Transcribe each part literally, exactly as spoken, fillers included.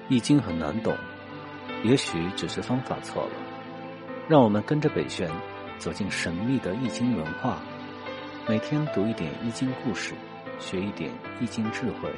易经很难懂，也许只是方法错了。让我们跟着北玄走进神秘的易经文化，每天读一点易经故事，学一点易经智慧。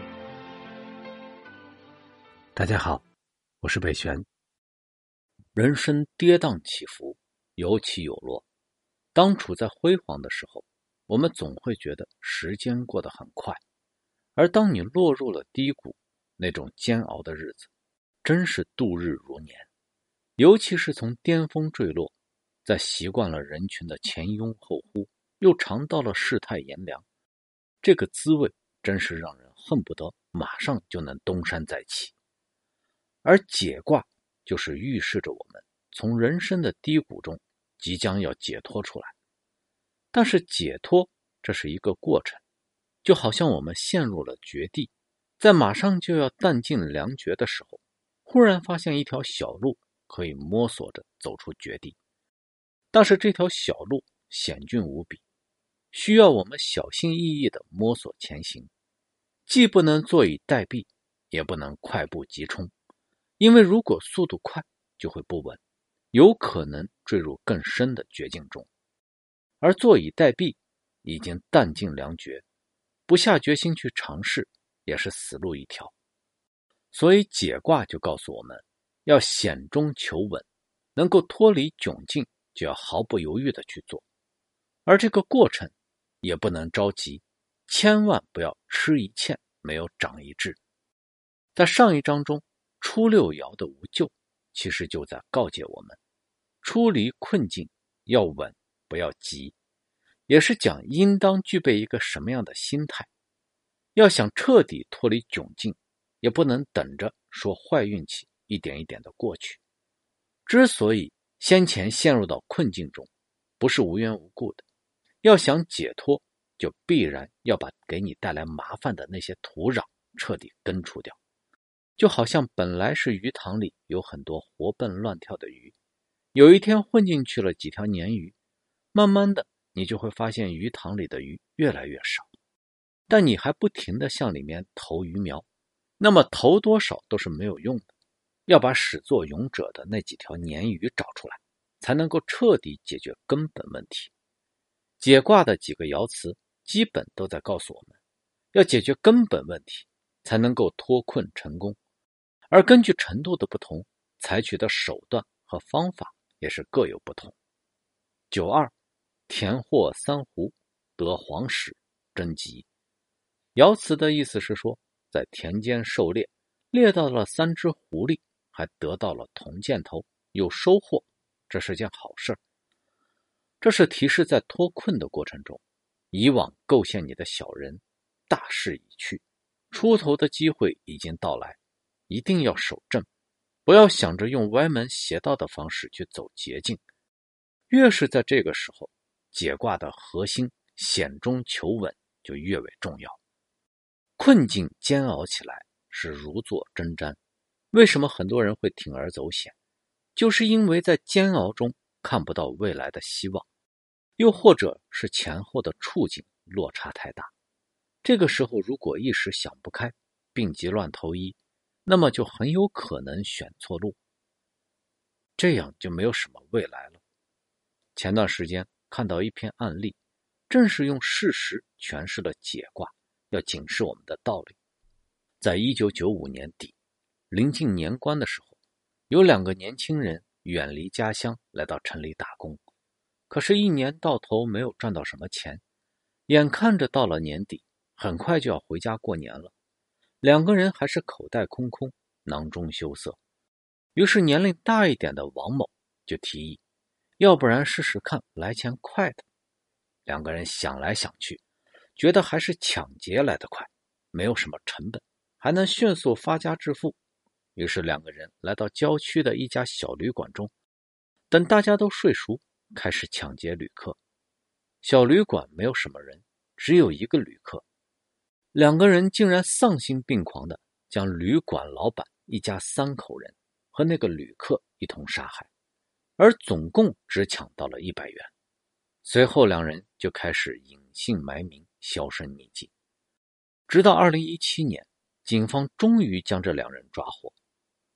大家好，我是北玄。人生跌宕起伏，有起有落。当处在辉煌的时候，我们总会觉得时间过得很快，而当你落入了低谷，那种煎熬的日子真是度日如年。尤其是从巅峰坠落，在习惯了人群的前拥后呼，又尝到了世态炎凉，这个滋味真是让人恨不得马上就能东山再起。而解卦就是预示着我们从人生的低谷中即将要解脱出来。但是解脱这是一个过程，就好像我们陷入了绝地，在马上就要弹尽粮绝的时候，忽然发现一条小路可以摸索着走出绝地。但是这条小路险峻无比，需要我们小心翼翼地摸索前行，既不能坐以待毙，也不能快步急冲，因为如果速度快就会不稳，有可能坠入更深的绝境中。而坐以待毙已经弹尽粮绝，不下决心去尝试也是死路一条。所以解卦就告诉我们，要险中求稳，能够脱离窘境就要毫不犹豫地去做。而这个过程也不能着急，千万不要吃一堑没有长一智。在上一章中，初六爻的无咎其实就在告诫我们，出离困境要稳不要急，也是讲应当具备一个什么样的心态。要想彻底脱离窘境，也不能等着说坏运气一点一点的过去。之所以先前陷入到困境中，不是无缘无故的，要想解脱，就必然要把给你带来麻烦的那些土壤彻底根除掉。就好像本来是鱼塘里有很多活蹦乱跳的鱼，有一天混进去了几条鲶鱼，慢慢的你就会发现鱼塘里的鱼越来越少，但你还不停地向里面投鱼苗，那么投多少都是没有用的，要把始作俑者的那几条鲶鱼找出来，才能够彻底解决根本问题。解卦的几个爻辞基本都在告诉我们，要解决根本问题，才能够脱困成功。而根据程度的不同，采取的手段和方法也是各有不同。九二，田获三狐，得黄豕，征吉。爻辞的意思是说，在田间狩猎，猎到了三只狐狸，还得到了铜箭头，有收获，这是件好事。这是提示在脱困的过程中，以往构陷你的小人，大势已去，出头的机会已经到来，一定要守正，不要想着用歪门邪道的方式去走捷径。越是在这个时候，解卦的核心险中求稳就越为重要。困境煎熬起来是如坐针毡，为什么很多人会铤而走险？就是因为在煎熬中看不到未来的希望，又或者是前后的处境落差太大。这个时候如果一时想不开，病急乱投医，那么就很有可能选错路，这样就没有什么未来了。前段时间看到一篇案例，正是用事实诠释了解卦要警示我们的道理。在一九九五年底，临近年关的时候，有两个年轻人远离家乡来到城里打工，可是一年到头没有赚到什么钱，眼看着到了年底，很快就要回家过年了，两个人还是口袋空空，囊中羞涩。于是年龄大一点的王某就提议，要不然试试看来钱快的。两个人想来想去，觉得还是抢劫来得快，没有什么成本，还能迅速发家致富。于是两个人来到郊区的一家小旅馆中，等大家都睡熟，开始抢劫旅客。小旅馆没有什么人，只有一个旅客。两个人竟然丧心病狂地将旅馆老板一家三口人和那个旅客一同杀害，而总共只抢到了一百元。随后两人就开始隐姓埋名，销声匿迹。直到二零一七年，警方终于将这两人抓获。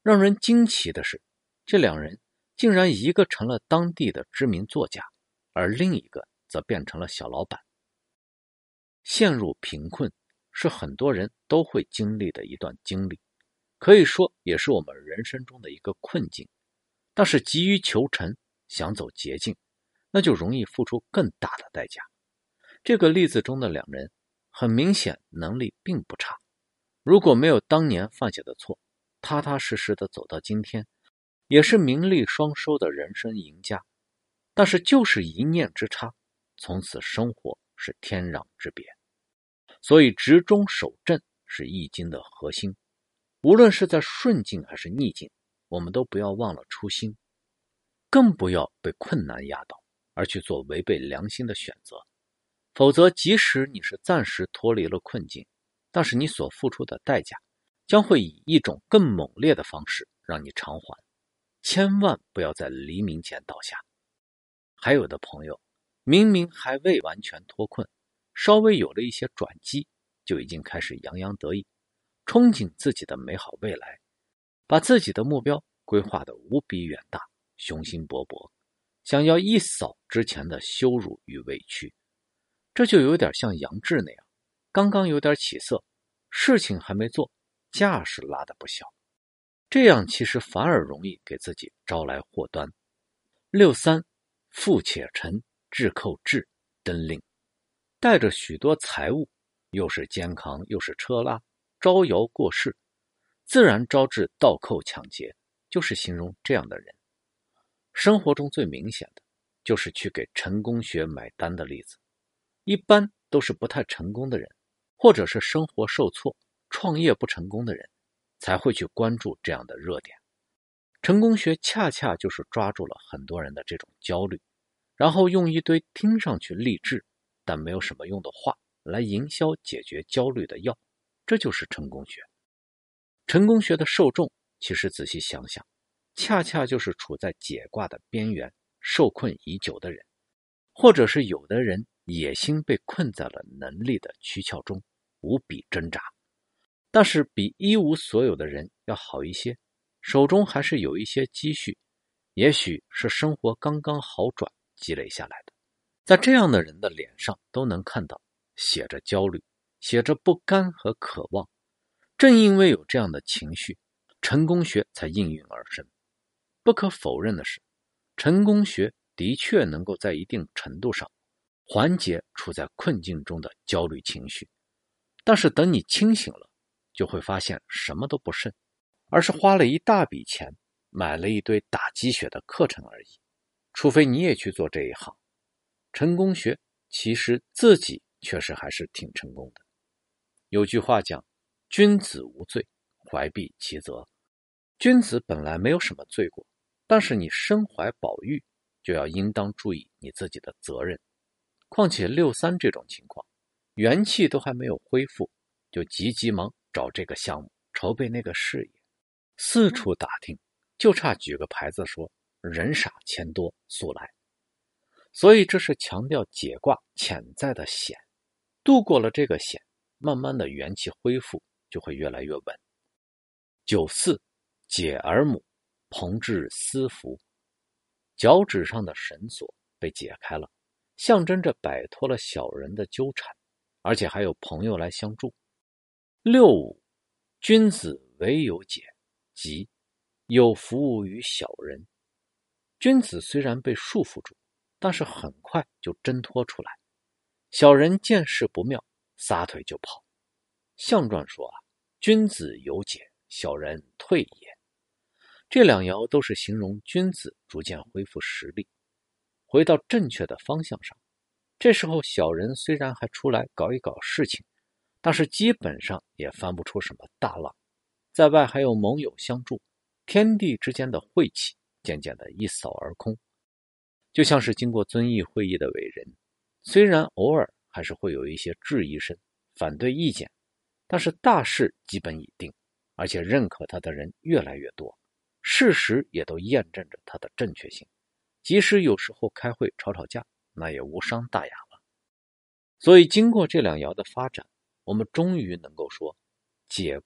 让人惊奇的是，这两人竟然一个成了当地的知名作家，而另一个则变成了小老板。陷入贫困是很多人都会经历的一段经历，可以说也是我们人生中的一个困境。但是急于求成，想走捷径，那就容易付出更大的代价。这个例子中的两人很明显能力并不差，如果没有当年犯下的错，踏踏实实的走到今天，也是名利双收的人生赢家。但是就是一念之差，从此生活是天壤之别。所以执中守正是易经的核心，无论是在顺境还是逆境，我们都不要忘了初心，更不要被困难压倒而去做违背良心的选择。否则即使你是暂时脱离了困境，但是你所付出的代价将会以一种更猛烈的方式让你偿还。千万不要在黎明前倒下。还有的朋友明明还未完全脱困，稍微有了一些转机，就已经开始洋洋得意，憧憬自己的美好未来，把自己的目标规划得无比远大，雄心勃勃，想要一扫之前的羞辱与委屈。这就有点像杨志那样，刚刚有点起色，事情还没做，架势拉得不小，这样其实反而容易给自己招来祸端。六三，富且成，智寇至，登令，带着许多财物，又是肩扛又是车拉，招摇过市，自然招致盗寇抢劫，就是形容这样的人。生活中最明显的就是去给成功学买单的例子，一般都是不太成功的人，或者是生活受挫，创业不成功的人，才会去关注这样的热点。成功学恰恰就是抓住了很多人的这种焦虑，然后用一堆听上去励志但没有什么用的话来营销解决焦虑的药，这就是成功学。成功学的受众其实仔细想想，恰恰就是处在解挂的边缘，受困已久的人，或者是有的人野心被困在了能力的躯壳中，无比挣扎，但是比一无所有的人要好一些，手中还是有一些积蓄，也许是生活刚刚好转积累下来的。在这样的人的脸上都能看到写着焦虑，写着不甘和渴望。正因为有这样的情绪，成功学才应运而生。不可否认的是，成功学的确能够在一定程度上缓解处在困境中的焦虑情绪，但是等你清醒了，就会发现什么都不剩，而是花了一大笔钱买了一堆打鸡血的课程而已。除非你也去做这一行，成功学其实自己确实还是挺成功的。有句话讲，君子无罪，怀璧其责。君子本来没有什么罪过，但是你身怀宝玉，就要应当注意你自己的责任。况且六三这种情况，元气都还没有恢复，就急急忙找这个项目，筹备那个事业，四处打听，就差举个牌子说人傻钱多，速来。所以这是强调解卦潜在的险，度过了这个险，慢慢的元气恢复就会越来越稳。九四，解耳母，朋至私服。脚趾上的绳索被解开了，象征着摆脱了小人的纠缠，而且还有朋友来相助。六五，君子唯有解，即有服务于小人。君子虽然被束缚住，但是很快就挣脱出来。小人见势不妙，撒腿就跑。象传说啊，君子有解，小人退也。这两爻都是形容君子逐渐恢复实力，回到正确的方向上。这时候小人虽然还出来搞一搞事情，但是基本上也翻不出什么大浪。在外还有盟友相助，天地之间的晦气渐渐的一扫而空。就像是经过遵义会议的伟人，虽然偶尔还是会有一些质疑声、反对意见，但是大势基本已定，而且认可他的人越来越多，事实也都验证着他的正确性。即使有时候开会吵吵架，那也无伤大雅了。所以经过这两爻的发展，我们终于能够说，解卦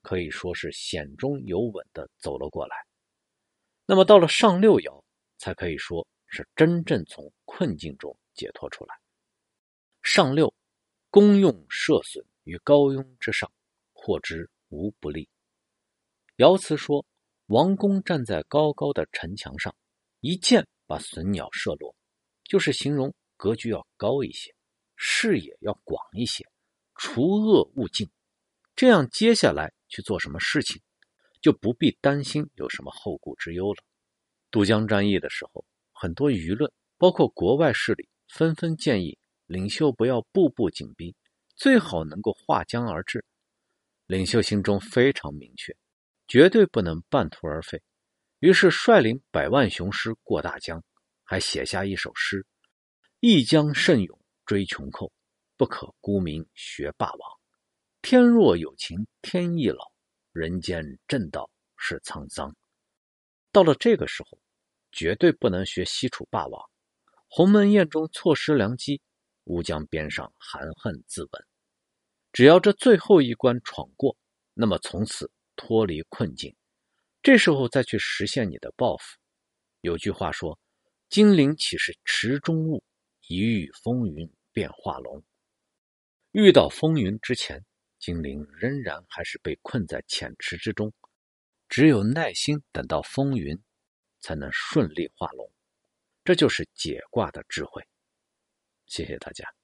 可以说是险中有稳地走了过来。那么到了上六爻，才可以说是真正从困境中解脱出来。上六，功用摄损于高雍之上，获之无不利。爻辞说，王公站在高高的城墙上，一箭把隼鸟射落，就是形容格局要高一些，视野要广一些，除恶务尽。这样接下来去做什么事情，就不必担心有什么后顾之忧了。渡江战役的时候，很多舆论包括国外势力纷纷建议领袖不要步步紧逼，最好能够划江而治。领袖心中非常明确，绝对不能半途而废，于是率领百万雄师过大江，还写下一首诗：一将胜勇追穷寇，不可沽名学霸王。天若有情天亦老，人间正道是沧桑。到了这个时候，绝对不能学西楚霸王，鸿门宴中错失良机，乌江边上含恨自刎。只要这最后一关闯过，那么从此脱离困境，这时候再去实现你的抱负。有句话说，金陵岂是池中物，一遇风云变化龙。遇到风云之前，金陵仍然还是被困在浅池之中，只有耐心等到风云，才能顺利化龙。这就是解卦的智慧。谢谢大家。